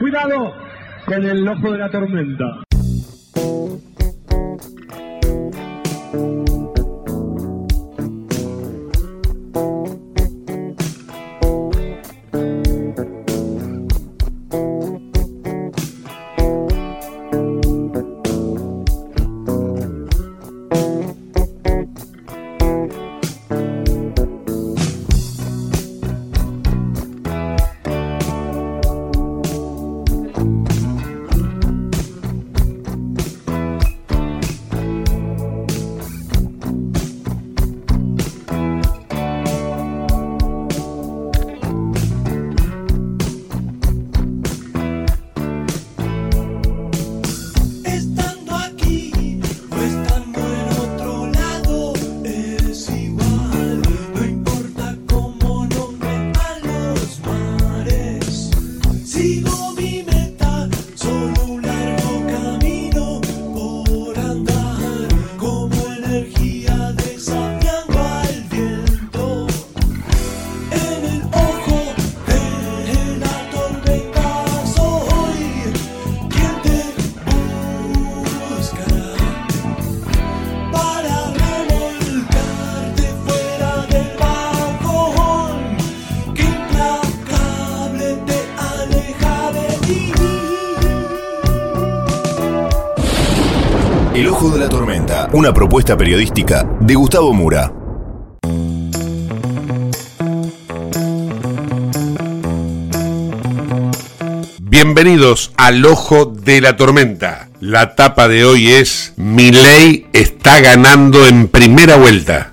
Cuidado con el ojo de la tormenta. El Ojo de la Tormenta, una propuesta periodística de Gustavo Mura. Bienvenidos al Ojo de la Tormenta. La tapa de hoy es: Milei está ganando en primera vuelta.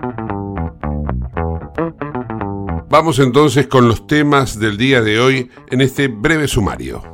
Vamos entonces con los temas del día de hoy en este breve sumario.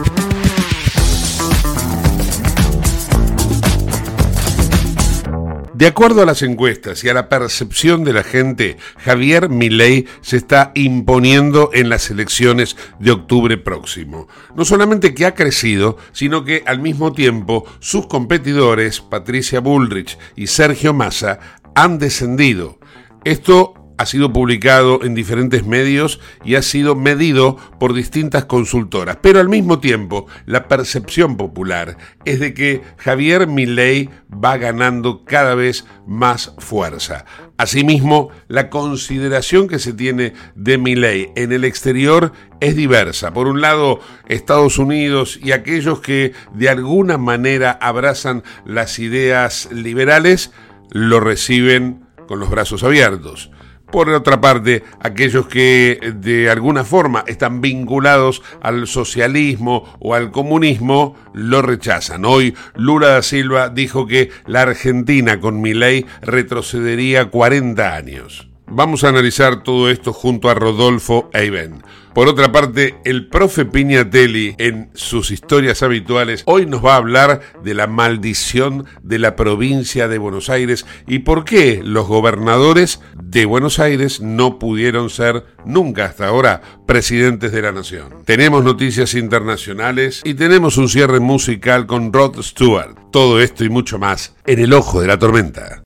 De acuerdo a las encuestas y a la percepción de la gente, Javier Milei se está imponiendo en las elecciones de octubre próximo. No solamente que ha crecido, sino que al mismo tiempo sus competidores, Patricia Bullrich y Sergio Massa, han descendido. Esto ha sido publicado en diferentes medios y ha sido medido por distintas consultoras. Pero al mismo tiempo, la percepción popular es de que Javier Milei va ganando cada vez más fuerza. Asimismo, la consideración que se tiene de Milei en el exterior es diversa. Por un lado, Estados Unidos y aquellos que de alguna manera abrazan las ideas liberales lo reciben con los brazos abiertos. Por otra parte, aquellos que de alguna forma están vinculados al socialismo o al comunismo lo rechazan. Hoy Lula da Silva dijo que la Argentina con Milei retrocedería 40 años. Vamos a analizar todo esto junto a Rodolfo Eiben. Por otra parte, el profe Pignatelli, en sus historias habituales, hoy nos va a hablar de la maldición de la provincia de Buenos Aires y por qué los gobernadores de Buenos Aires no pudieron ser nunca hasta ahora presidentes de la nación. Tenemos noticias internacionales y tenemos un cierre musical con Rod Stewart. Todo esto y mucho más en el Ojo de la Tormenta.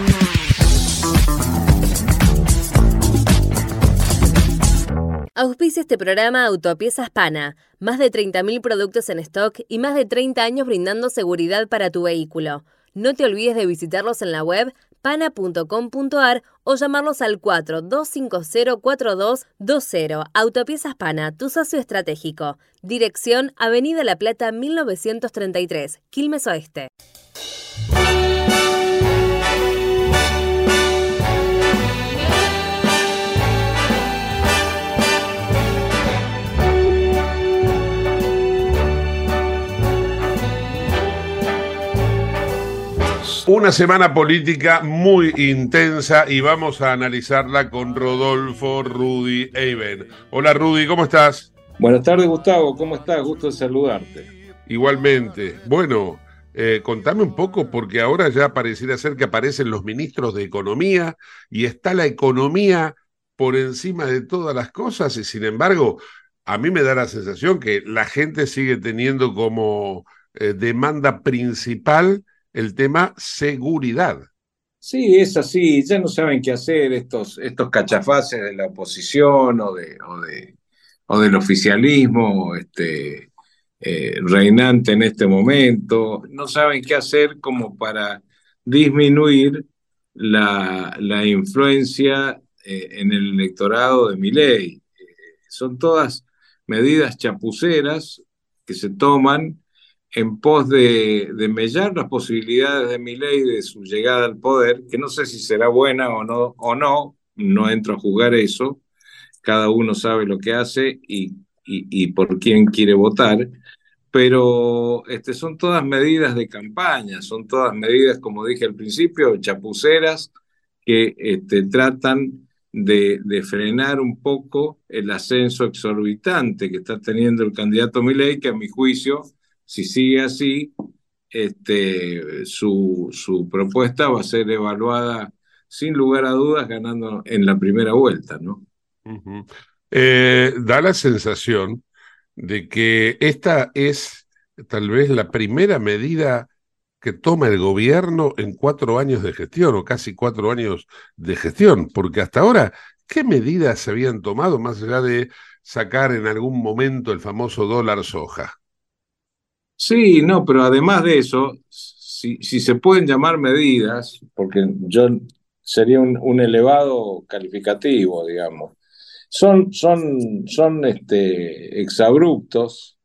Auspicia este programa Autopiezas Pana. Más de 30.000 productos en stock y más de 30 años brindando seguridad para tu vehículo. No te olvides de visitarlos en la web pana.com.ar o llamarlos al 42504220. Autopiezas Pana, tu socio estratégico. Dirección Avenida La Plata 1933, Quilmes Oeste. Una semana política muy intensa y vamos a analizarla con Rodolfo Rudy Eiben. Hola Rudy, ¿cómo estás? Buenas tardes Gustavo, ¿cómo estás? Gusto de saludarte. Igualmente. Bueno, contame un poco porque ahora ya pareciera ser que aparecen los ministros de Economía y está la economía por encima de todas las cosas y sin embargo a mí me da la sensación que la gente sigue teniendo como demanda principal el tema seguridad. Sí, es así, ya no saben qué hacer estos cachafaces de la oposición o de o del oficialismo reinante en este momento. No saben qué hacer como para disminuir la influencia en el electorado de Milei. Son todas medidas chapuceras que se toman en pos de mellar las posibilidades de Milei de su llegada al poder, que no sé si será buena no entro a jugar eso, cada uno sabe lo que hace y por quién quiere votar, pero son todas medidas de campaña, son todas medidas, como dije al principio, chapuceras que tratan de frenar un poco el ascenso exorbitante que está teniendo el candidato Milei, que a mi juicio, si sigue así, su propuesta va a ser evaluada sin lugar a dudas ganando en la primera vuelta, ¿no? Ujú. Da la sensación de que esta es tal vez la primera medida que toma el gobierno en 4 años de gestión, o casi 4 años de gestión, porque hasta ahora, ¿qué medidas se habían tomado más allá de sacar en algún momento el famoso dólar soja? Sí, no, pero además de eso, si se pueden llamar medidas, porque yo sería un elevado calificativo, digamos, son exabruptos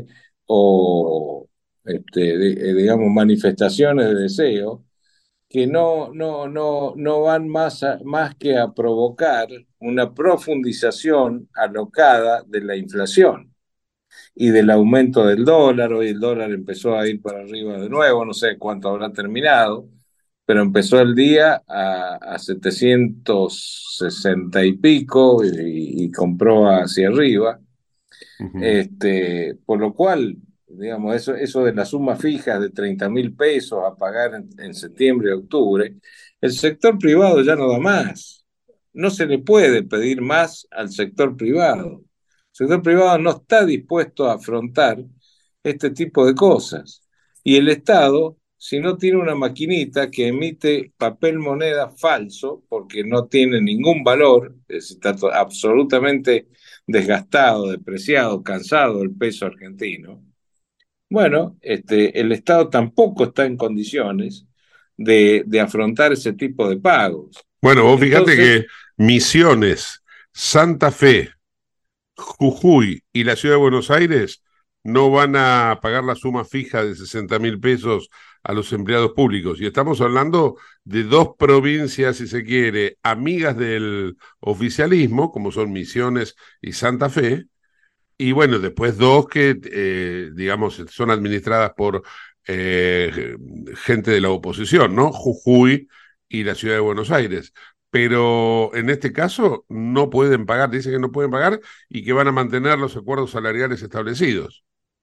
o digamos manifestaciones de deseo que no van más que a provocar una profundización alocada de la inflación y del aumento del dólar. Hoy el dólar empezó a ir para arriba de nuevo, no sé cuánto habrá terminado, pero empezó el día a 760 y pico y compró hacia arriba. Ujú. Por lo cual, digamos, eso de la suma fija de 30.000 pesos a pagar en septiembre y octubre, el sector privado ya no da más. No se le puede pedir más al sector privado. El sector privado no está dispuesto a afrontar este tipo de cosas. Y el Estado, si no tiene una maquinita que emite papel moneda falso, porque no tiene ningún valor, está absolutamente desgastado, depreciado, cansado el peso argentino, bueno, el Estado tampoco está en condiciones de afrontar ese tipo de pagos. Bueno, vos fíjate Entonces, que Misiones, Santa Fe, Jujuy y la ciudad de Buenos Aires no van a pagar la suma fija de 60.000 pesos a los empleados públicos. Y estamos hablando de dos provincias, si se quiere, amigas del oficialismo, como son Misiones y Santa Fe. Y bueno, después dos que, digamos, son administradas por gente de la oposición, ¿no? Jujuy y la ciudad de Buenos Aires. Pero en este caso no pueden pagar, dicen que no pueden pagar y que van a mantener los acuerdos salariales establecidos.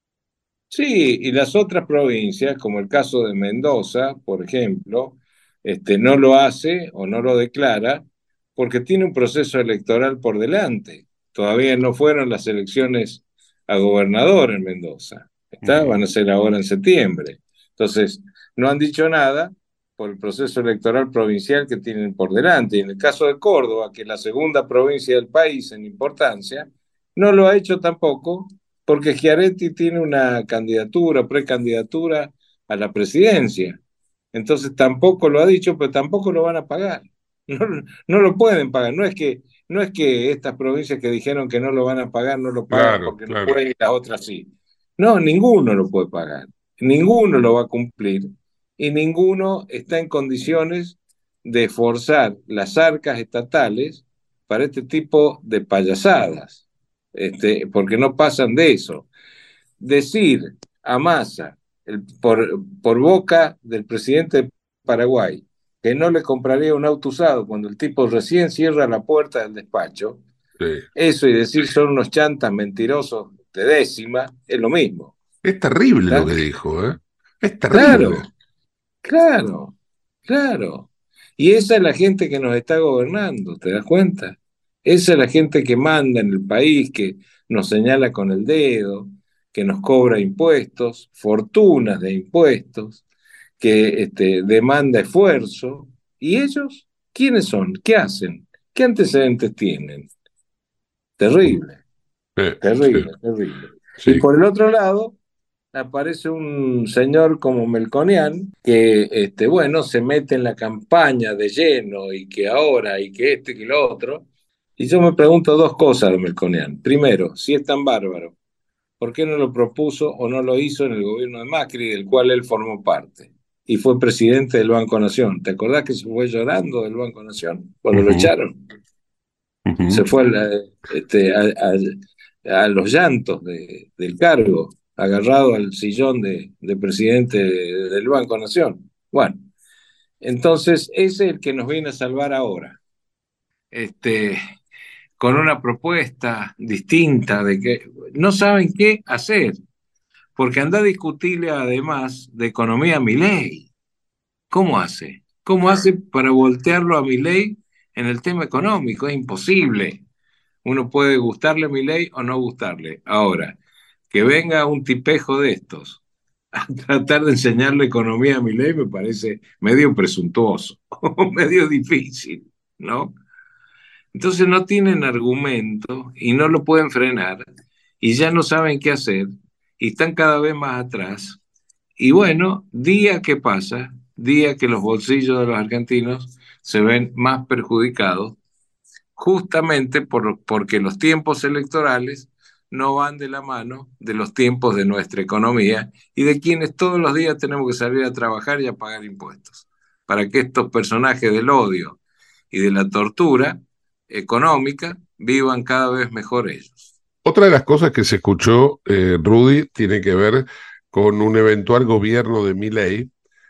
sí, y las otras provincias, como el caso de Mendoza, por ejemplo, no lo hace o no lo declara porque tiene un proceso electoral por delante. Todavía no fueron las elecciones a gobernador en Mendoza. Ujú. Van a ser ahora en septiembre. Entonces, no han dicho nada por el proceso electoral provincial que tienen por delante. Y en el caso de Córdoba, que es la segunda provincia del país en importancia, no lo ha hecho tampoco porque Schiaretti tiene una candidatura, precandidatura a la presidencia. Entonces tampoco lo ha dicho, pero tampoco lo van a pagar. No, no lo pueden pagar. No es que estas provincias que dijeron que no lo van a pagar, no lo pagan Claro, porque no claro. pueden y las otras sí. No, ninguno lo puede pagar. Ninguno lo va a cumplir y ninguno está en condiciones de forzar las arcas estatales para este tipo de payasadas, porque no pasan de eso. Decir a Massa, por boca del presidente de Paraguay, que no le compraría un auto usado cuando el tipo recién cierra la puerta del despacho, Sí. eso y decir son unos chantas mentirosos de décima, es lo mismo. Es terrible lo ¿Está? que dijo, ¿eh? Es Claro, terrible. claro, claro. Y esa es la gente que nos está gobernando, ¿te das cuenta? Esa es la gente que manda en el país, que nos señala con el dedo, que nos cobra impuestos, fortunas de impuestos, que demanda esfuerzo. ¿Y ellos? ¿Quiénes son? ¿Qué hacen? ¿Qué antecedentes tienen? Terrible. Terrible, Sí, terrible. Y sí. por el otro lado, aparece un señor como Melconian, que, bueno, se mete en la campaña de lleno y que ahora y que y que lo otro. Y yo me pregunto dos cosas de Melconian. Primero, si es tan bárbaro, ¿por qué no lo propuso o no lo hizo en el gobierno de Macri, del cual él formó parte? Y fue presidente del Banco Nación. ¿Te acordás que se fue llorando del Banco Nación cuando lo Ujú, echaron? Se ujú. fue a los llantos del cargo, agarrado al sillón de presidente del Banco Nación. Bueno, entonces ese es el que nos viene a salvar ahora, este, con una propuesta distinta de que no saben qué hacer, porque anda a discutirle además de economía a Milei. ¿Cómo hace? ¿Cómo hace para voltearlo a Milei en el tema económico? Es imposible. Uno puede gustarle Milei o no gustarle. Ahora, que venga un tipejo de estos a tratar de enseñarle economía a Milei me parece medio presuntuoso, medio difícil, ¿no? Entonces no tienen argumento y no lo pueden frenar y ya no saben qué hacer y están cada vez más atrás. Y bueno, día que pasa, día que los bolsillos de los argentinos se ven más perjudicados justamente porque los tiempos electorales no van de la mano de los tiempos de nuestra economía y de quienes todos los días tenemos que salir a trabajar y a pagar impuestos, para que estos personajes del odio y de la tortura económica vivan cada vez mejor ellos. Otra de las cosas que se escuchó, Rudy, tiene que ver con un eventual gobierno de Milei,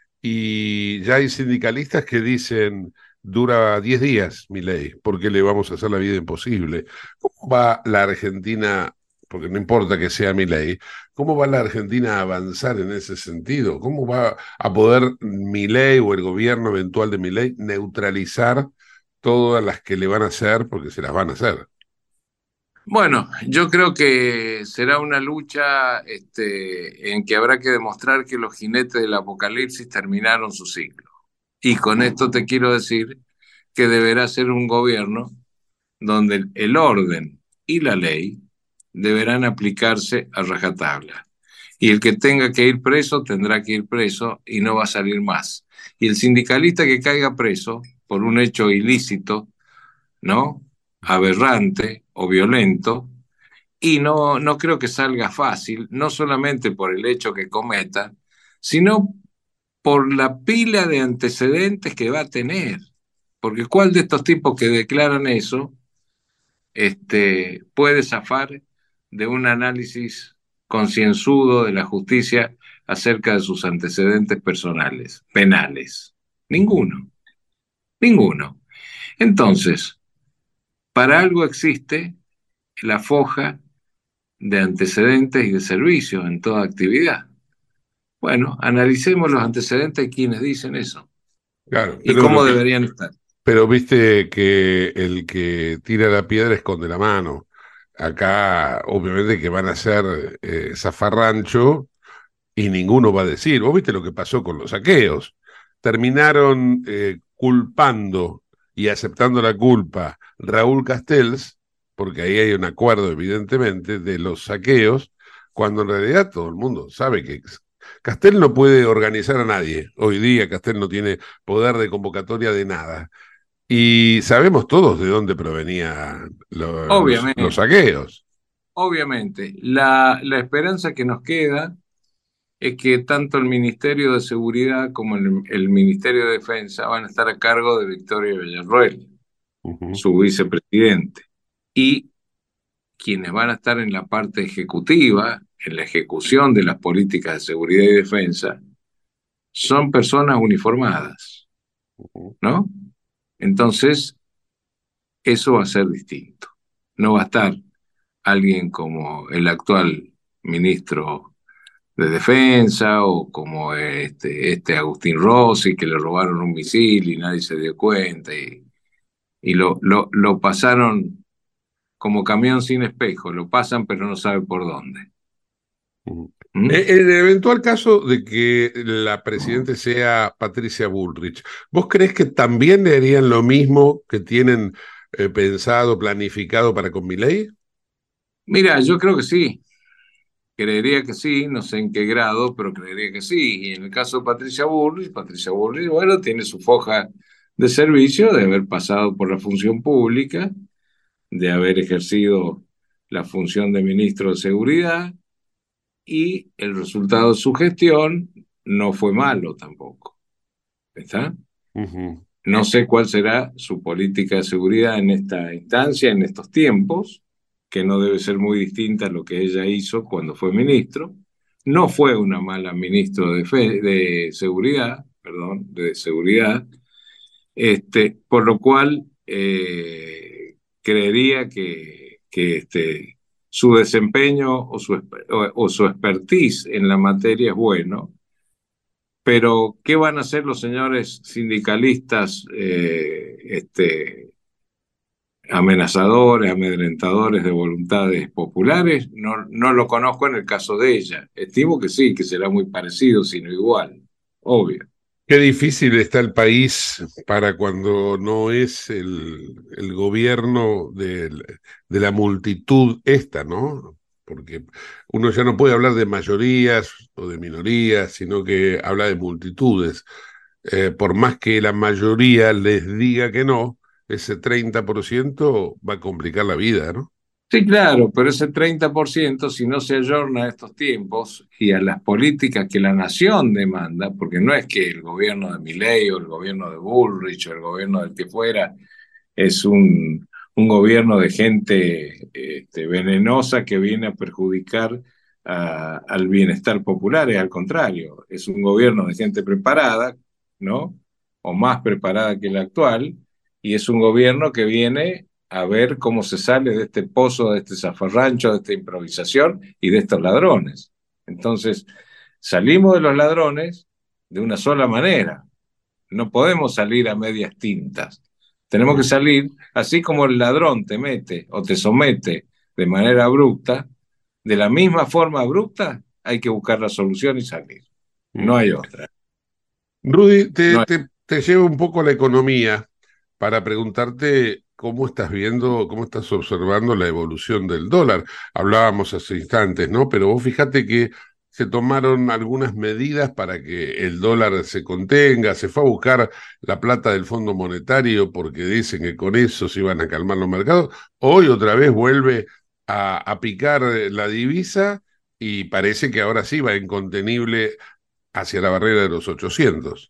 y ya hay sindicalistas que dicen, dura 10 días Milei, porque le vamos a hacer la vida imposible. ¿Cómo va la Argentina, porque no importa que sea Milei, cómo va la Argentina a avanzar en ese sentido? ¿Cómo va a poder Milei o el gobierno eventual de Milei neutralizar todas las que le van a hacer, porque se las van a hacer? Bueno, yo creo que será una lucha en que habrá que demostrar que los jinetes del apocalipsis terminaron su ciclo. Y con esto te quiero decir que deberá ser un gobierno donde el orden y la ley deberán aplicarse a rajatabla. Y el que tenga que ir preso tendrá que ir preso y no va a salir más. Y el sindicalista que caiga preso por un hecho ilícito, ¿no? Aberrante o violento, y no creo que salga fácil, no solamente por el hecho que cometa, sino por la pila de antecedentes que va a tener. Porque ¿cuál de estos tipos que declaran eso puede zafar de un análisis concienzudo de la justicia acerca de sus antecedentes personales, penales? Ninguno, ninguno. Entonces, para algo existe la foja de antecedentes y de servicios en toda actividad. Bueno, analicemos los antecedentes de quienes dicen eso Claro, y cómo deberían estar. pero viste que el que tira la piedra esconde la mano. Acá, obviamente, que van a ser zafarrancho y ninguno va a decir. Vos viste lo que pasó con los saqueos. Terminaron culpando y aceptando la culpa Raúl Castells, porque ahí hay un acuerdo, evidentemente, de los saqueos, cuando en realidad todo el mundo sabe que Castells no puede organizar a nadie. Hoy día Castells no tiene poder de convocatoria de nada. Y sabemos todos de dónde provenían los Obviamente, saqueos. obviamente. La esperanza que nos queda es que tanto el Ministerio de Seguridad como el Ministerio de Defensa van a estar a cargo de Victoria Villarroel, Ujú, su vicepresidente. Y quienes van a estar en la parte ejecutiva, en la ejecución de las políticas de seguridad y defensa, son personas uniformadas, ujú. ¿no? Entonces, eso va a ser distinto. No va a estar alguien como el actual ministro de Defensa o como este Agustín Rossi, que le robaron un misil y nadie se dio cuenta y lo pasaron como camión sin espejo, lo pasan pero no sabe por dónde. Ujú. ¿Mm? En el eventual caso de que la presidente sea Patricia Bullrich, ¿vos crees que también le harían lo mismo que tienen pensado, planificado para con Milei? Mira, yo creo que sí. Creería que sí, no sé en qué grado, pero creería que sí. Y en el caso de Patricia Bullrich, bueno, tiene su foja de servicio de haber pasado por la función pública, de haber ejercido la función de ministro de Seguridad, y el resultado de su gestión no fue malo tampoco. ¿Está? Ujú. No sé cuál será su política de seguridad en esta instancia, en estos tiempos, que no debe ser muy distinta a lo que ella hizo cuando fue ministro. No fue una mala ministro de seguridad, perdón, de seguridad, por lo cual creería que su desempeño o su expertise en la materia es bueno, pero ¿qué van a hacer los señores sindicalistas amenazadores, amedrentadores de voluntades populares? No, no lo conozco en el caso de ella. Estimo que sí, que será muy parecido, sino igual, obvio. Qué difícil está el país para cuando no es el gobierno de la multitud esta, ¿no? Porque uno ya no puede hablar de mayorías o de minorías, sino que habla de multitudes. Por más que la mayoría les diga que no, ese 30% va a complicar la vida, ¿no? Sí, claro, pero ese 30%, si no se ayorna a estos tiempos y a las políticas que la nación demanda, porque no es que el gobierno de Milei o el gobierno de Bullrich o el gobierno del que fuera es un gobierno de gente venenosa que viene a perjudicar al bienestar popular, y al contrario, es un gobierno de gente preparada, ¿no? O más preparada que el actual, y es un gobierno que viene a ver cómo se sale de este pozo, de este zafarrancho, de esta improvisación y de estos ladrones. Entonces, salimos de los ladrones de una sola manera. No podemos salir a medias tintas. Tenemos que Mm, salir, así como el ladrón te mete o te somete de manera abrupta, de la misma forma abrupta hay que buscar la solución y salir. No mm. hay otra. Rudy, No hay- te llevo un poco a la economía para preguntarte cómo estás viendo, cómo estás observando la evolución del dólar. Hablábamos hace instantes, ¿no? Pero vos fíjate que se tomaron algunas medidas para que el dólar se contenga, se fue a buscar la plata del Fondo Monetario porque dicen que con eso se iban a calmar los mercados. Hoy otra vez vuelve a picar la divisa y parece que ahora sí va incontenible hacia la barrera de los 800.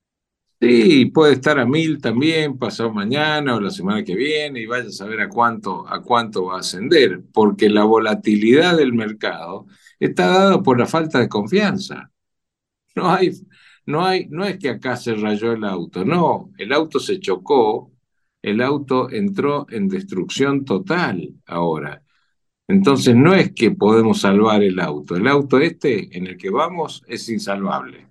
Sí, puede estar a 1.000 también, pasado mañana o la semana que viene, y vaya a saber a cuánto va a ascender, porque la volatilidad del mercado está dada por la falta de confianza. No hay, no es que acá se rayó el auto, no, el auto se chocó, el auto entró en destrucción total ahora. Entonces no es que podemos salvar el auto en el que vamos es insalvable,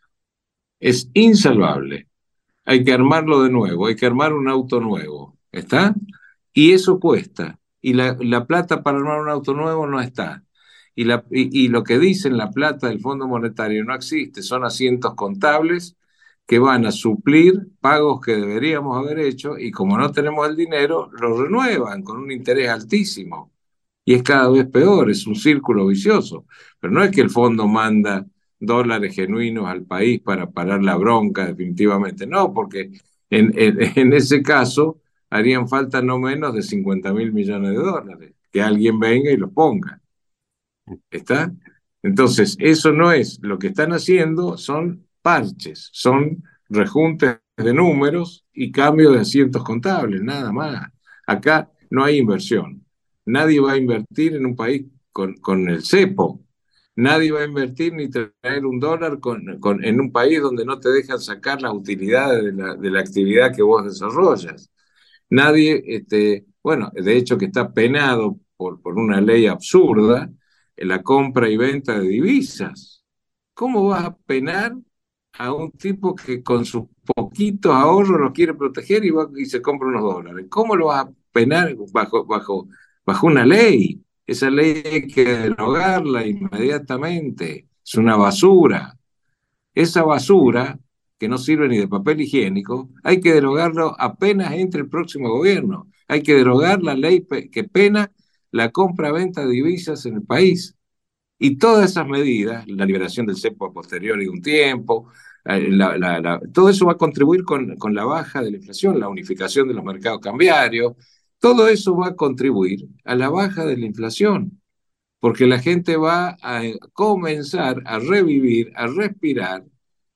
es insalvable. Hay que armarlo de nuevo, hay que armar un auto nuevo, ¿está? Y eso cuesta, y la plata para armar un auto nuevo no está. Y lo que dicen la plata del Fondo Monetario no existe, son asientos contables que van a suplir pagos que deberíamos haber hecho, y como no tenemos el dinero, lo renuevan con un interés altísimo. Y es cada vez peor, es un círculo vicioso. Pero no es que el fondo manda dólares genuinos al país para parar la bronca definitivamente, no, porque en ese caso harían falta no menos de 50.000 millones de dólares, que alguien venga y los ponga. ¿Está? Entonces, eso no es, lo que están haciendo son parches, son rejuntes de números y cambio de asientos contables, nada más. Acá no hay inversión. Nadie va a invertir en un país con el cepo. Nadie va a invertir ni traer un dólar en un país donde no te dejan sacar las utilidades de la actividad que vos desarrollas. Nadie, bueno, de hecho que está penado por una ley absurda en la compra y venta de divisas. ¿Cómo vas a penar a un tipo que con sus poquitos ahorros los quiere proteger y se compra unos dólares? ¿Cómo lo vas a penar bajo una ley? Esa ley hay que derogarla inmediatamente. Es una basura. Esa basura, que no sirve ni de papel higiénico, hay que derogarlo apenas entre el próximo gobierno. Hay que derogar la ley que pena la compra-venta de divisas en el país. Y todas esas medidas, la liberación del cepo a posteriori de un tiempo, todo eso va a contribuir con la baja de la inflación, la unificación de los mercados cambiarios, todo eso va a contribuir a la baja de la inflación, porque la gente va a comenzar a revivir, a respirar,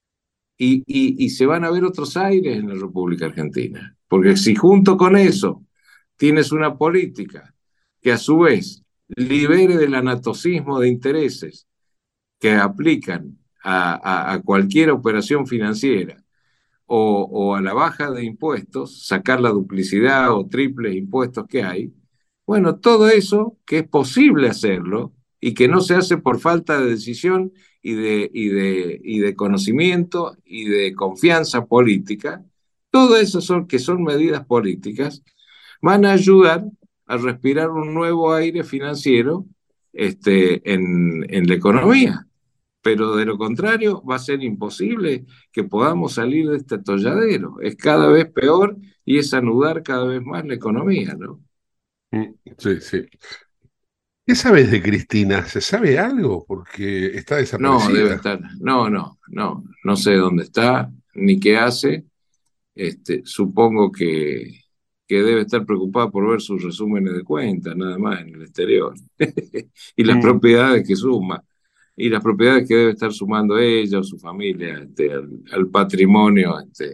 y se van a ver otros aires en la República Argentina. Porque si junto con eso tienes una política que a su vez libere del anatocismo de intereses que aplican a cualquier operación financiera o a la baja de impuestos, sacar la duplicidad o triples impuestos que hay, bueno, todo eso que es posible hacerlo y que no se hace por falta de decisión y de conocimiento y de confianza política, todo eso que son medidas políticas, van a ayudar a respirar un nuevo aire financiero en la economía. Pero de lo contrario va a ser imposible que podamos salir de este atolladero. Es cada vez peor y es anudar cada vez más la economía, ¿no? Sí, sí. ¿Qué sabes de Cristina? ¿Se sabe algo? Porque está No, desaparecida. debe estar. No sé dónde está, ni qué hace. Supongo que debe estar preocupada por ver sus resúmenes de cuentas, nada más, en el exterior. Y las propiedades que suma. Y las propiedades que debe estar sumando ella o su familia al patrimonio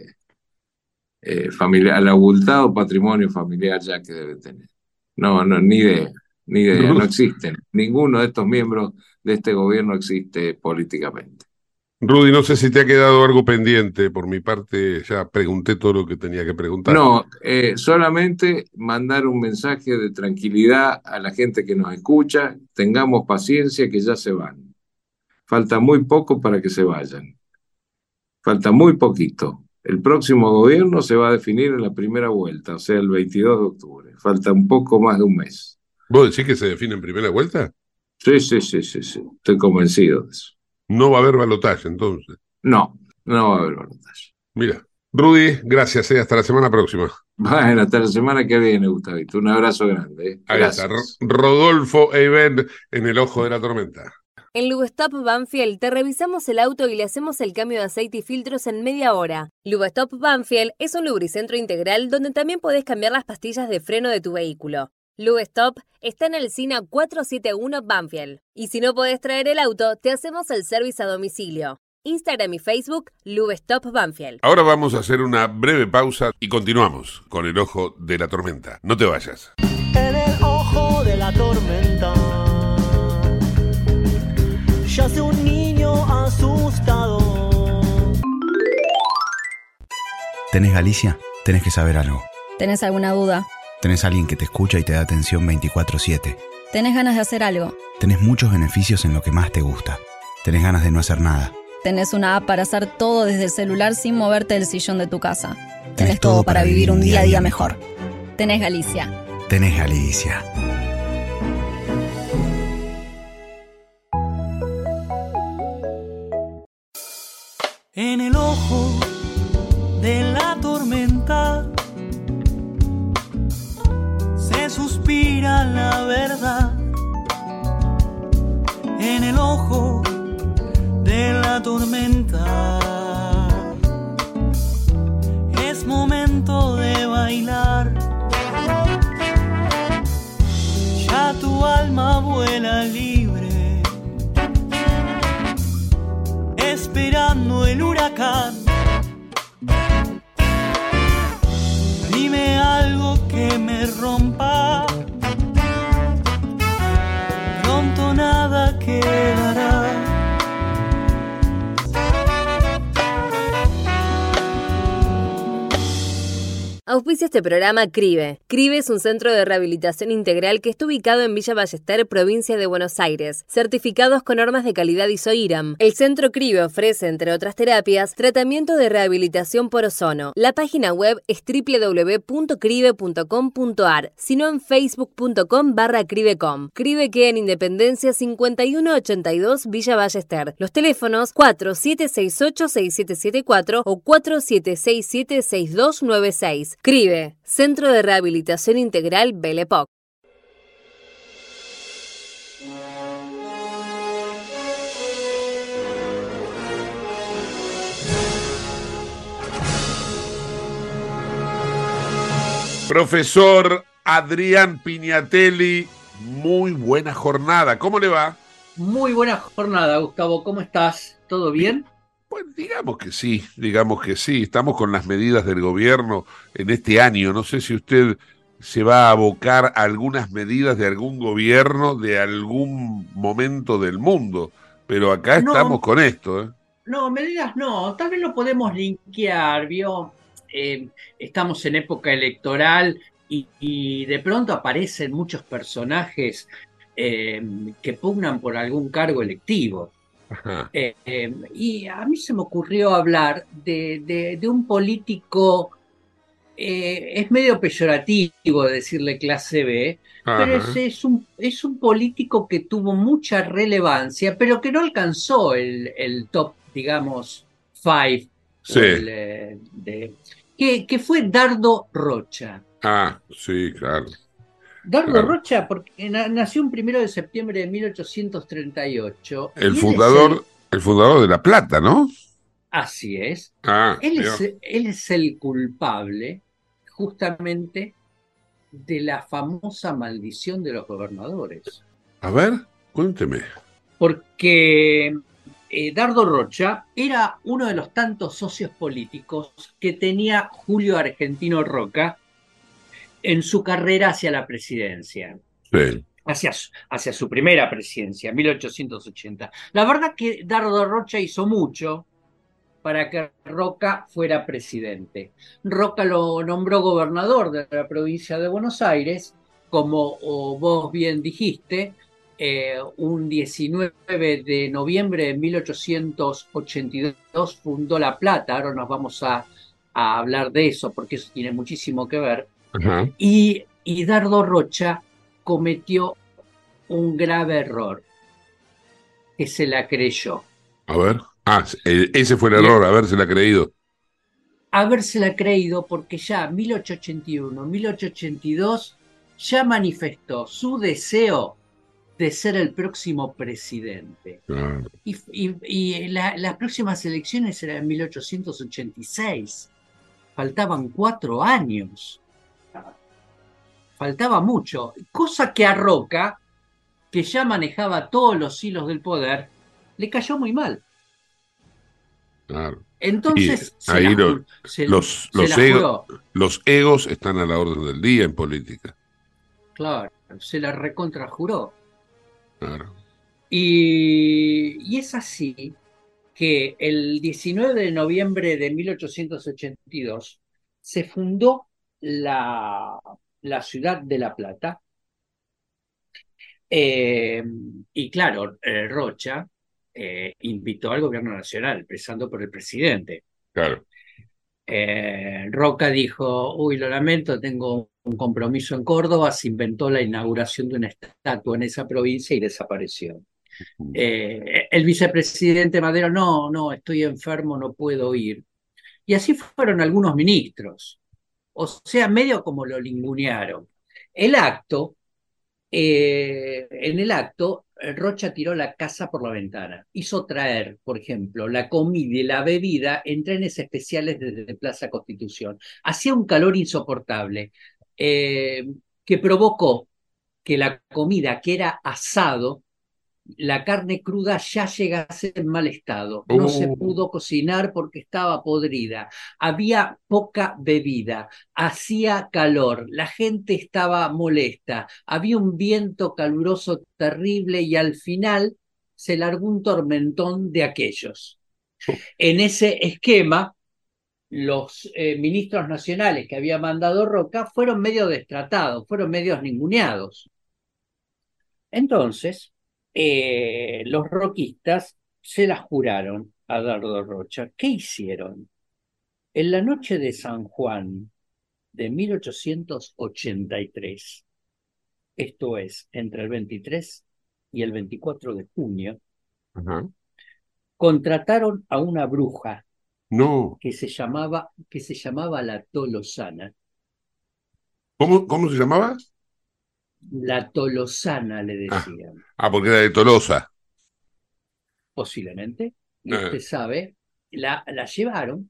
familiar, al abultado patrimonio familiar ya que debe tener. No, ni idea, no existen. Ninguno de estos miembros de este gobierno existe políticamente. Rudy, no sé si te ha quedado algo pendiente. Por mi parte, ya pregunté todo lo que tenía que preguntar. No, solamente mandar un mensaje de tranquilidad a la gente que nos escucha. Tengamos paciencia, que ya se van. Falta muy poco para que se vayan. Falta muy poquito. El próximo gobierno se va a definir en la primera vuelta, o sea, el 22 de octubre. Falta un poco más de un mes. ¿Vos decís que se define en primera vuelta? Sí. Estoy convencido de eso. No va a haber balotaje, entonces. No va a haber balotaje. Mira, Rudy, gracias. Hasta la semana próxima. Bueno, hasta la semana que viene, Gustavito. Un abrazo grande. Ahí Gracias. está, Rodolfo Eiben en el ojo de la tormenta. En Lubestop Banfield te revisamos el auto y le hacemos el cambio de aceite y filtros en media hora. Lubestop Banfield es un lubricentro integral donde también podés cambiar las pastillas de freno de tu vehículo. Lubestop está en el SINA 471 Banfield. Y si no podés traer el auto, te hacemos el service a domicilio. Instagram y Facebook, Lubestop Banfield. Ahora vamos a hacer una breve pausa y continuamos con el ojo de la tormenta. No te vayas. En el ojo de la tormenta yace un niño asustado. ¿Tenés Galicia? Tenés que saber algo. ¿Tenés alguna duda? ¿Tenés alguien que te escucha y te da atención 24/7? ¿Tenés ganas de hacer algo? ¿Tenés muchos beneficios en lo que más te gusta? ¿Tenés ganas de no hacer nada? ¿Tenés una app para hacer todo desde el celular sin moverte del sillón de tu casa? Tenés todo para vivir un día a día mejor. Tenés Galicia. Tenés Galicia. En el ojo de la tormenta se suspira la verdad. En el ojo de la tormenta es momento de bailar. Ya tu alma vuela libre, esperando el huracán. Dime algo que me rompa, pronto nada quedará. Auspicia este programa CRIBE. CRIBE es un centro de rehabilitación integral que está ubicado en Villa Ballester, provincia de Buenos Aires, certificados con normas de calidad ISO-IRAM. El centro CRIBE ofrece, entre otras terapias, tratamiento de rehabilitación por ozono. La página web es www.cribe.com.ar, sino en facebook.com/cribecom. CRIBE queda en Independencia 5182 Villa Ballester. Los teléfonos 4768-6774 o 4767-6296. CRIBE, Centro de Rehabilitación Integral Belle Époque. Profesor Adrián Piñatelli, muy buena jornada. ¿Cómo le va? Muy buena jornada, Gustavo. ¿Cómo estás? ¿Todo bien? Pues digamos que sí, digamos que sí. Estamos con las medidas del gobierno en este año. No sé si usted se va a abocar a algunas medidas de algún gobierno de algún momento del mundo, pero acá estamos No, con esto, ¿eh? no, me digas no. Tal vez lo podemos linkear, ¿vio? Estamos en época electoral y de pronto aparecen muchos personajes que pugnan por algún cargo electivo. Ajá. Y a mí se me ocurrió hablar de un político. Es medio peyorativo decirle clase B, pero Ajá. es un político que tuvo mucha relevancia, pero que no alcanzó el top, digamos, five, Sí. o que fue Dardo Rocha. Ah, sí, claro, Dardo claro. Rocha porque nació un 1 de septiembre de 1838 El y él es fundador, el fundador de La Plata, ¿no? así es, Ah, Dios. él es el culpable justamente de la famosa maldición de los gobernadores. A ver, cuénteme. Porque Dardo Rocha era uno de los tantos socios políticos que tenía Julio Argentino Roca en su carrera hacia la presidencia, Sí. hacia su primera presidencia, 1880. La verdad que Dardo Rocha hizo mucho para que Roca fuera presidente. Roca lo nombró gobernador de la provincia de Buenos Aires, como vos bien dijiste, un 19 de noviembre de 1882 fundó La Plata. Ahora nos vamos a hablar de eso porque eso tiene muchísimo que ver. Ajá. Y Dardo Rocha cometió un grave error, que se la creyó. A ver. Ah, ese fue el Y error, habérsela creído. habérsela creído porque ya en 1881, 1882 ya manifestó su deseo de ser el próximo presidente. Claro. Las próximas elecciones eran en 1886. Faltaban 4 años. Faltaba mucho. Cosa que a Roca, que ya manejaba todos los hilos del poder, le cayó muy mal. Claro. Y Entonces ahí se la juró. los egos están a la orden del día en política. Claro, se la recontrajuró. Claro. Y es así que el 19 de noviembre de 1882 se fundó la ciudad de La Plata. Y claro, Rocha invitó al gobierno nacional, empezando por el presidente. Claro. Roca dijo, uy, lo lamento, tengo un compromiso en Córdoba, se inventó la inauguración de una estatua en esa provincia y desapareció. El vicepresidente Madero, no, no, estoy enfermo, no puedo ir. Y así fueron algunos ministros, o sea, medio como lo lingunearon. El acto, en el acto, Rocha tiró la casa por la ventana. Hizo traer, por ejemplo, la comida y la bebida en trenes especiales desde Plaza Constitución. Hacía un calor insoportable eh, que provocó que la comida, que era asado, la carne cruda ya llegase en mal estado. No se Uh, pudo cocinar porque estaba podrida. Había poca bebida. Hacía calor. La gente estaba molesta. Había un viento caluroso terrible y al final se largó un tormentón de aquellos. En ese esquema, los ministros nacionales que había mandado Roca fueron medio destratados, fueron medios ninguneados. Entonces, los roquistas se la juraron a Dardo Rocha. ¿Qué hicieron? En la noche de San Juan de 1883, esto es, entre el 23 y el 24 de junio, ajá. contrataron a una bruja No. que se llamaba la Tolosana. ¿Cómo se llamaba? La Tolosana le decían, Porque era de Tolosa. posiblemente. Y Eh, usted sabe, la llevaron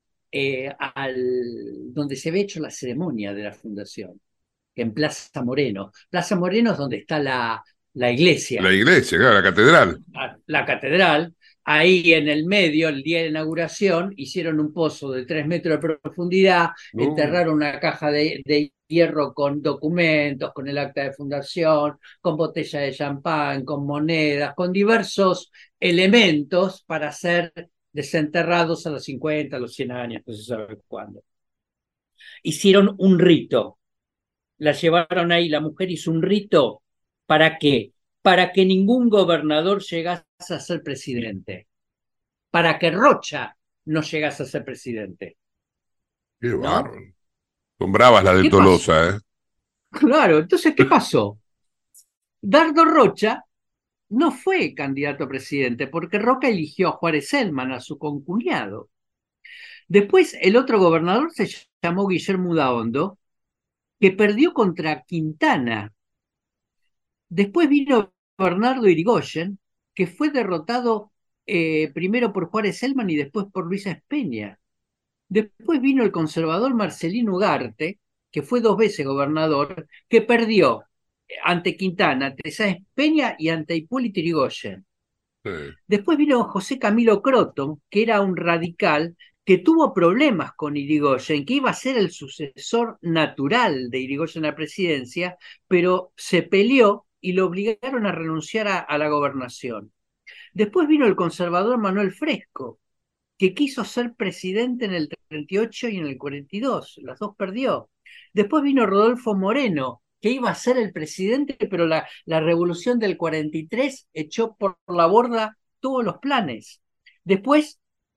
donde se había hecho la ceremonia de la fundación, en Plaza Moreno. Plaza Moreno es donde está la la iglesia, iglesia, claro, la catedral. la catedral. Ahí en el medio, el día de inauguración, hicieron un pozo de 3 metros de profundidad, No, enterraron una caja de hierro con documentos, con el acta de fundación, con botella de champán, con monedas, con diversos elementos para ser desenterrados a los 50, a los 100 años, no se sabe cuándo. Hicieron un rito, la llevaron ahí, la mujer hizo un rito, ¿para qué? Para que ningún gobernador llegase a ser presidente, para que Rocha no llegase a ser presidente, qué ¿no? bárbaro. Son bravas las de ¿Qué pasó? Tolosa, ¿eh? Claro, entonces, ¿qué pasó? Dardo Rocha no fue candidato a presidente porque Roca eligió a Juárez Selman, a su concuñado. Después, el otro gobernador se llamó Guillermo Daondo, que perdió contra Quintana. Después vino Bernardo Irigoyen, que fue derrotado primero por Juárez Selman y después por Luis Espeña. Después vino el conservador Marcelino Ugarte, que fue 2 veces gobernador, que perdió ante Quintana, ante Sáenz Peña y ante Hipólito Yrigoyen. Sí. Después vino José Camilo Croton, que era un radical que tuvo problemas con Irigoyen, que iba a ser el sucesor natural de Irigoyen a la presidencia, pero se peleó y lo obligaron a renunciar a la gobernación. Después vino el conservador Manuel Fresco, que quiso ser presidente en el 38 y en el 42, las dos perdió. Después vino Rodolfo Moreno, que iba a ser el presidente, pero la revolución del 43 echó por la borda todos los planes. Después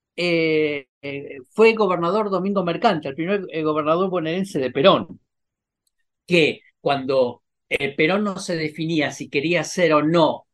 fue gobernador Domingo Mercante, el primer gobernador bonaerense de Perón, que cuando Perón no se definía si quería ser o no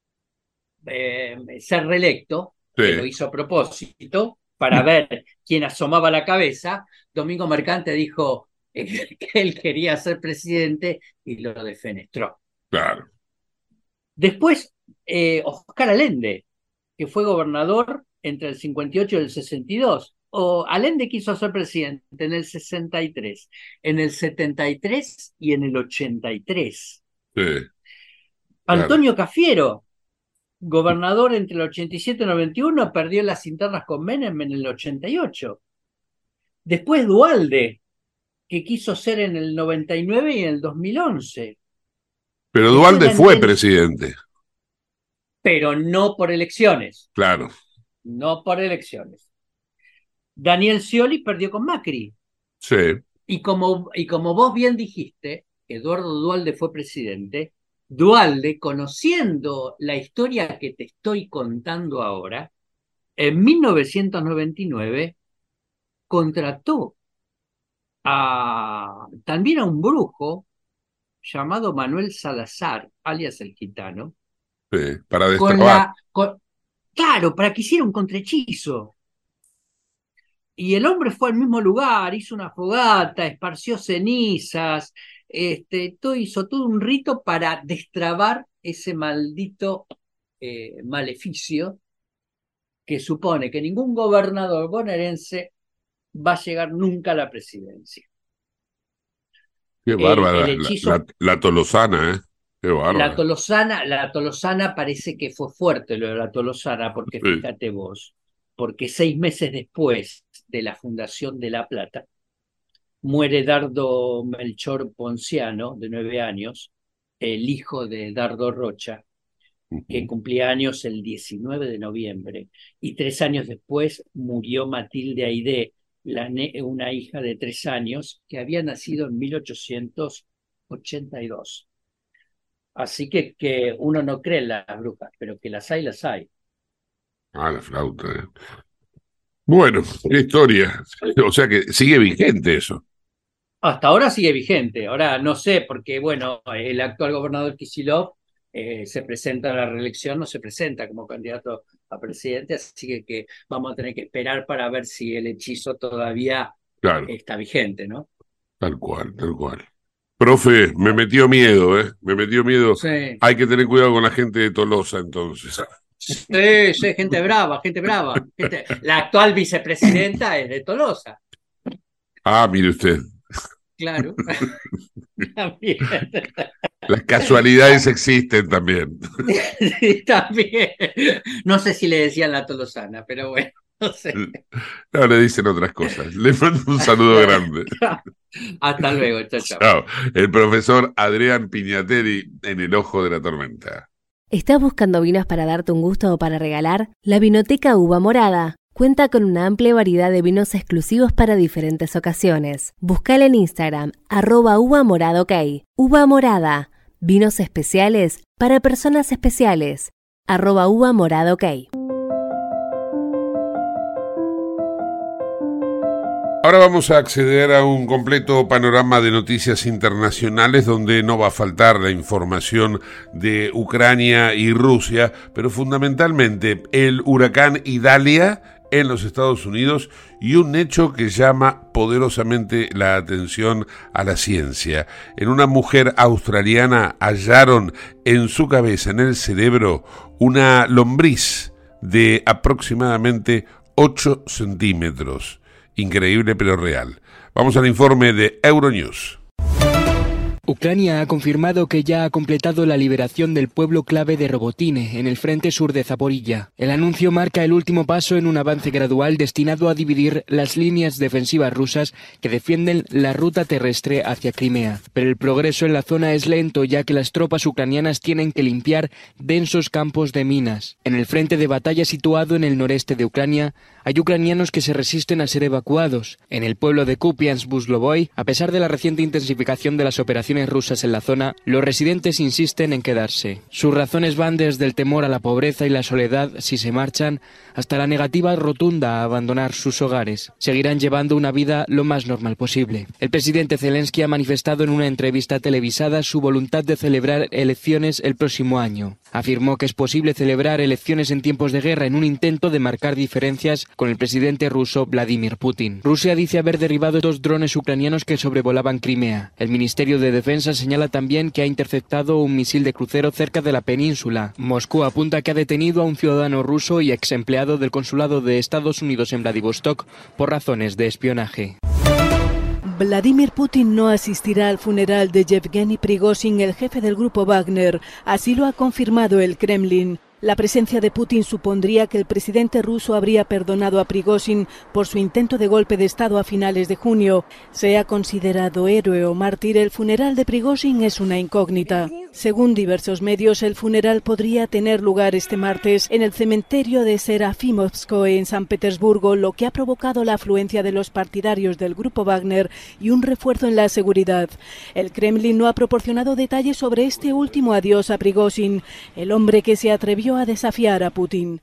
ser reelecto, que lo Sí, hizo a propósito, para ver quién asomaba la cabeza, Domingo Mercante dijo que él quería ser presidente y lo defenestró. claro. Después, Oscar Allende, que fue gobernador entre el 58 y el 62. Allende quiso ser presidente en el 63, en el 73 y en el 83. Sí, claro. Antonio Cafiero, gobernador entre el 87 y el 91, perdió las internas con Menem en el 88. Después Duhalde, que quiso ser en el 99 y en el 2011. Pero Después Duhalde fue Daniel, presidente, pero no por elecciones, claro. no por elecciones. Daniel Scioli perdió con Macri. Sí, Y como vos bien dijiste, Eduardo Duhalde fue presidente. Duhalde, conociendo la historia que te estoy contando ahora, en 1999 contrató también a un brujo llamado Manuel Salazar, alias el Gitano, sí, para con destrabar. claro, para que hiciera un contrahechizo. Y el hombre fue al mismo lugar, hizo una fogata, esparció cenizas, hizo todo un rito para destrabar ese maldito maleficio que supone que ningún gobernador bonaerense va a llegar nunca a la presidencia. Qué El bárbara hechizo, la Tolosana, ¿eh? Qué bárbara. la Tolosana parece que fue fuerte lo de la Tolosana, porque Sí, fíjate vos, porque 6 meses después de la fundación de La Plata, muere Dardo Melchor Ponciano, de 9 años, el hijo de Dardo Rocha, que ujú, cumplía años el 19 de noviembre, y 3 años después murió Matilde Aidé, una hija de 3 años que había nacido en 1882. Así que uno no cree en las brujas, pero que las hay, las hay. la flauta, ¿eh? Bueno, qué historia. O sea que sigue vigente eso. Hasta ahora sigue vigente. Ahora no sé, porque bueno, el actual gobernador Kicillof se presenta a la reelección, no se presenta como candidato a presidente, así que vamos a tener que esperar para ver si el hechizo todavía Claro, está vigente, ¿no? tal cual, tal cual. Profe, me metió miedo, ¿eh? Me metió miedo. Sí. Hay que tener cuidado con la gente de Tolosa, entonces. Sí, gente brava, gente brava. La actual vicepresidenta es de Tolosa. Ah, mire usted. Claro. También. Las casualidades existen también. Sí, también. No sé si le decían la tolosana, pero bueno, no sé. No, le dicen otras cosas. Le mando un saludo grande. Hasta luego, chao, chao. Chao. El profesor Adrián Piñateri en El Ojo de la Tormenta. ¿Estás buscando vinos para darte un gusto o para regalar? La Vinoteca Uva Morada cuenta con una amplia variedad de vinos exclusivos para diferentes ocasiones. Búscala en Instagram, @uvamoradok. Uva Morada, vinos especiales para personas especiales, @uvamoradok. Ahora vamos a acceder a un completo panorama de noticias internacionales donde no va a faltar la información de Ucrania y Rusia, pero fundamentalmente el huracán Idalia en los Estados Unidos y un hecho que llama poderosamente la atención a la ciencia. En una mujer australiana hallaron en su cabeza, en el cerebro, una lombriz de aproximadamente 8 centímetros. Increíble pero real. Vamos al informe de Euronews. Ucrania ha confirmado que ya ha completado la liberación del pueblo clave de Robotine, en el frente sur de Zaporilla. El anuncio marca el último paso en un avance gradual destinado a dividir las líneas defensivas rusas que defienden la ruta terrestre hacia Crimea. Pero el progreso en la zona es lento, ya que las tropas ucranianas tienen que limpiar densos campos de minas. En el frente de batalla situado en el noreste de Ucrania, hay ucranianos que se resisten a ser evacuados. En el pueblo de Kupiansk-Buzlovoy, a pesar de la reciente intensificación de las operaciones rusas en la zona, los residentes insisten en quedarse. Sus razones van desde el temor a la pobreza y la soledad si se marchan, hasta la negativa rotunda a abandonar sus hogares. Seguirán llevando una vida lo más normal posible. El presidente Zelensky ha manifestado en una entrevista televisada su voluntad de celebrar elecciones el próximo año. Afirmó que es posible celebrar elecciones en tiempos de guerra en un intento de marcar diferencias con el presidente ruso Vladimir Putin. Rusia dice haber derribado 2 drones ucranianos que sobrevolaban Crimea. El Ministerio de Defensa señala también que ha interceptado un misil de crucero cerca de la península. Moscú apunta que ha detenido a un ciudadano ruso y ex empleado del consulado de Estados Unidos en Vladivostok por razones de espionaje. Vladimir Putin no asistirá al funeral de Yevgeny Prigozhin, el jefe del grupo Wagner. Así lo ha confirmado el Kremlin. La presencia de Putin supondría que el presidente ruso habría perdonado a Prigozhin por su intento de golpe de Estado a finales de junio. Sea considerado héroe o mártir, el funeral de Prigozhin es una incógnita. Según diversos medios, el funeral podría tener lugar este martes en el cementerio de Serafimovskoye en San Petersburgo, lo que ha provocado la afluencia de los partidarios del grupo Wagner y un refuerzo en la seguridad. El Kremlin no ha proporcionado detalles sobre este último adiós a Prigozhin, el hombre que se atrevió a desafiar a Putin.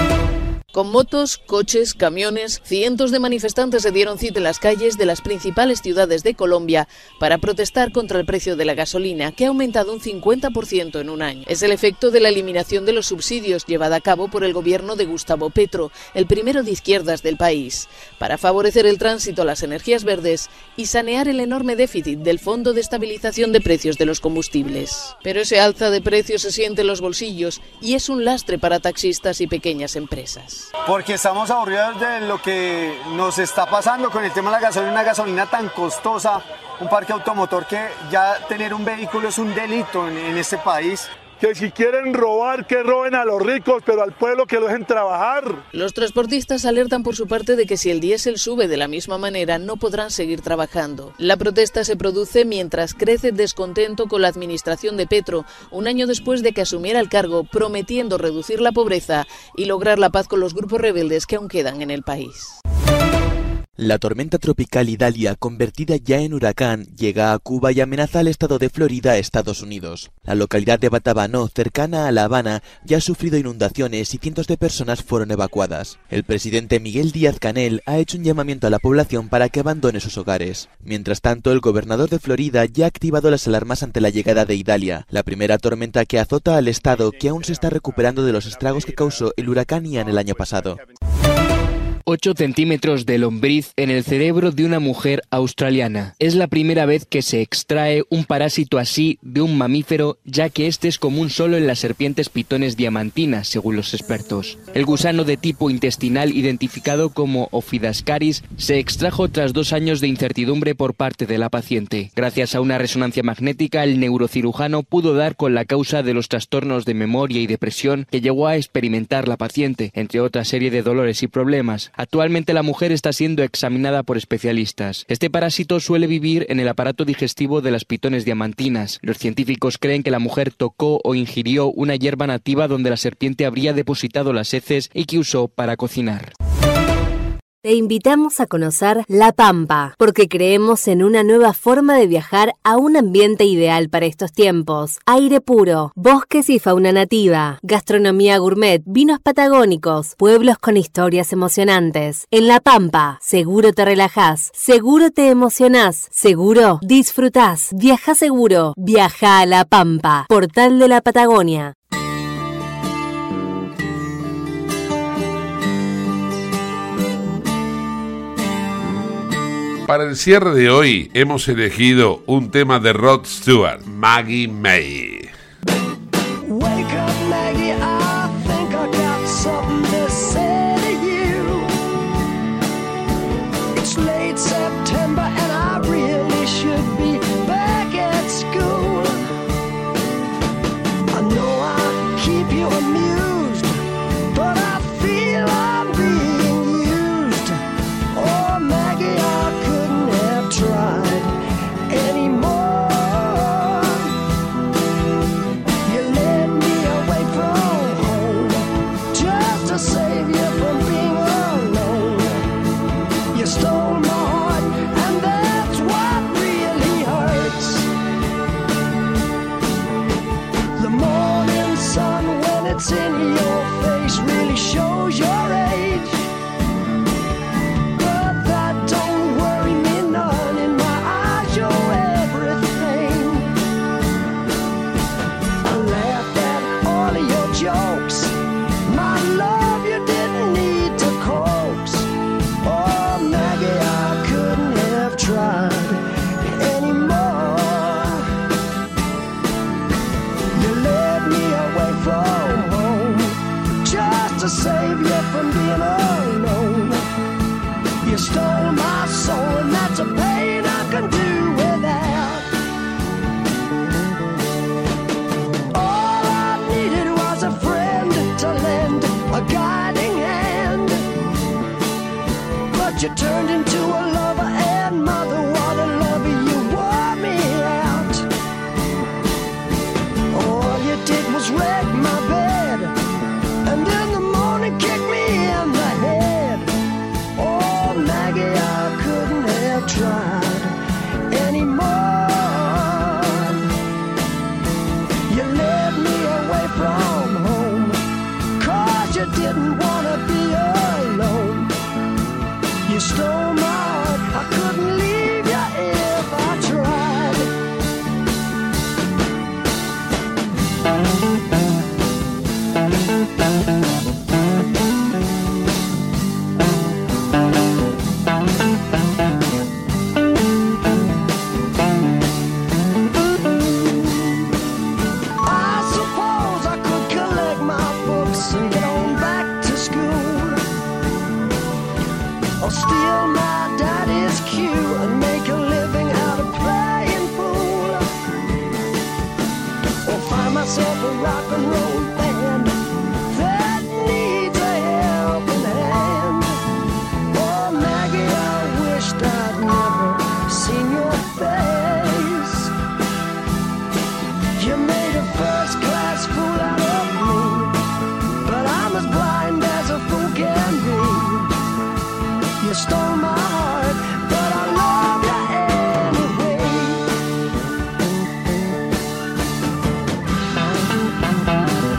Con motos, coches, camiones, cientos de manifestantes se dieron cita en las calles de las principales ciudades de Colombia para protestar contra el precio de la gasolina, que ha aumentado un 50% en un año. Es el efecto de la eliminación de los subsidios llevada a cabo por el gobierno de Gustavo Petro, el primero de izquierdas del país, para favorecer el tránsito a las energías verdes y sanear el enorme déficit del Fondo de Estabilización de Precios de los Combustibles. Pero ese alza de precios se siente en los bolsillos y es un lastre para taxistas y pequeñas empresas. Porque estamos aburridos de lo que nos está pasando con el tema de la gasolina, una gasolina tan costosa, un parque automotor que ya tener un vehículo es un delito en este país. Que si quieren robar, que roben a los ricos, pero al pueblo que lo dejen trabajar. Los transportistas alertan por su parte de que si el diésel sube de la misma manera, no podrán seguir trabajando. La protesta se produce mientras crece el descontento con la administración de Petro, un año después de que asumiera el cargo, prometiendo reducir la pobreza y lograr la paz con los grupos rebeldes que aún quedan en el país. La tormenta tropical Idalia, convertida ya en huracán, llega a Cuba y amenaza al estado de Florida, Estados Unidos. La localidad de Batabanó, cercana a La Habana, ya ha sufrido inundaciones y cientos de personas fueron evacuadas. El presidente Miguel Díaz-Canel ha hecho un llamamiento a la población para que abandone sus hogares. Mientras tanto, el gobernador de Florida ya ha activado las alarmas ante la llegada de Idalia, la primera tormenta que azota al estado, que aún se está recuperando de los estragos que causó el huracán Ian el año pasado. 8 centímetros de lombriz en el cerebro de una mujer australiana. Es la primera vez que se extrae un parásito así de un mamífero, ya que este es común solo en las serpientes pitones diamantinas, según los expertos. El gusano de tipo intestinal, identificado como Ophidascaris, se extrajo tras 2 años de incertidumbre por parte de la paciente. Gracias a una resonancia magnética, el neurocirujano pudo dar con la causa de los trastornos de memoria y depresión que llegó a experimentar la paciente, entre otra serie de dolores y problemas. Actualmente la mujer está siendo examinada por especialistas. Este parásito suele vivir en el aparato digestivo de las pitones diamantinas. Los científicos creen que la mujer tocó o ingirió una hierba nativa donde la serpiente habría depositado las heces y que usó para cocinar. Te invitamos a conocer La Pampa, porque creemos en una nueva forma de viajar a un ambiente ideal para estos tiempos. Aire puro, bosques y fauna nativa, gastronomía gourmet, vinos patagónicos, pueblos con historias emocionantes. En La Pampa, seguro te relajás, seguro te emocionás, seguro disfrutás. Viaja seguro, viaja a La Pampa, Portal de la Patagonia. Para el cierre de hoy hemos elegido un tema de Rod Stewart, Maggie May. Wake up, Maggie, I think I got something to say to you. It's late September and I really should be back at school. I know I keep you amused, but I feel I'm being used. Oh, Maggie, I couldn't have tried anymore. You led me away from home just to save you from being alone. You stole my heart and that's what really hurts. The morning sun when it's in your face really shows your age. But that don't worry me none. In my eyes you're everything. I laughed at all of your jokes. My love you didn't need to coax. Oh Maggie, I couldn't have tried anymore. You led me away from home just to save you from being alone. You stole my soul and that's a pain I can do without. All I needed was a friend to lend a guiding hand. But you turned into a lover and mother. What a lover, you wore me out. All you did was wreck my bed and in the morning kick me in the head. Oh Maggie, I couldn't have tried anymore. You led me away from home 'cause you didn't want to be alone. You stole my heart, I couldn't leave you if I tried. I suppose I could collect my books and get on back to school, or steal my daddy's cue and make a living out of playing pool, or find myself a rock and roll band that needs a helping hand. Oh Maggie, I wished I'd never seen your face. You made a first-class fool out of me, but I'm as blind as a fool can be. You stole my heart, but I love you anyway.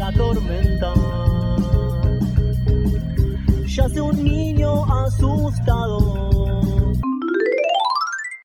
la tormenta. Yace un niño asustado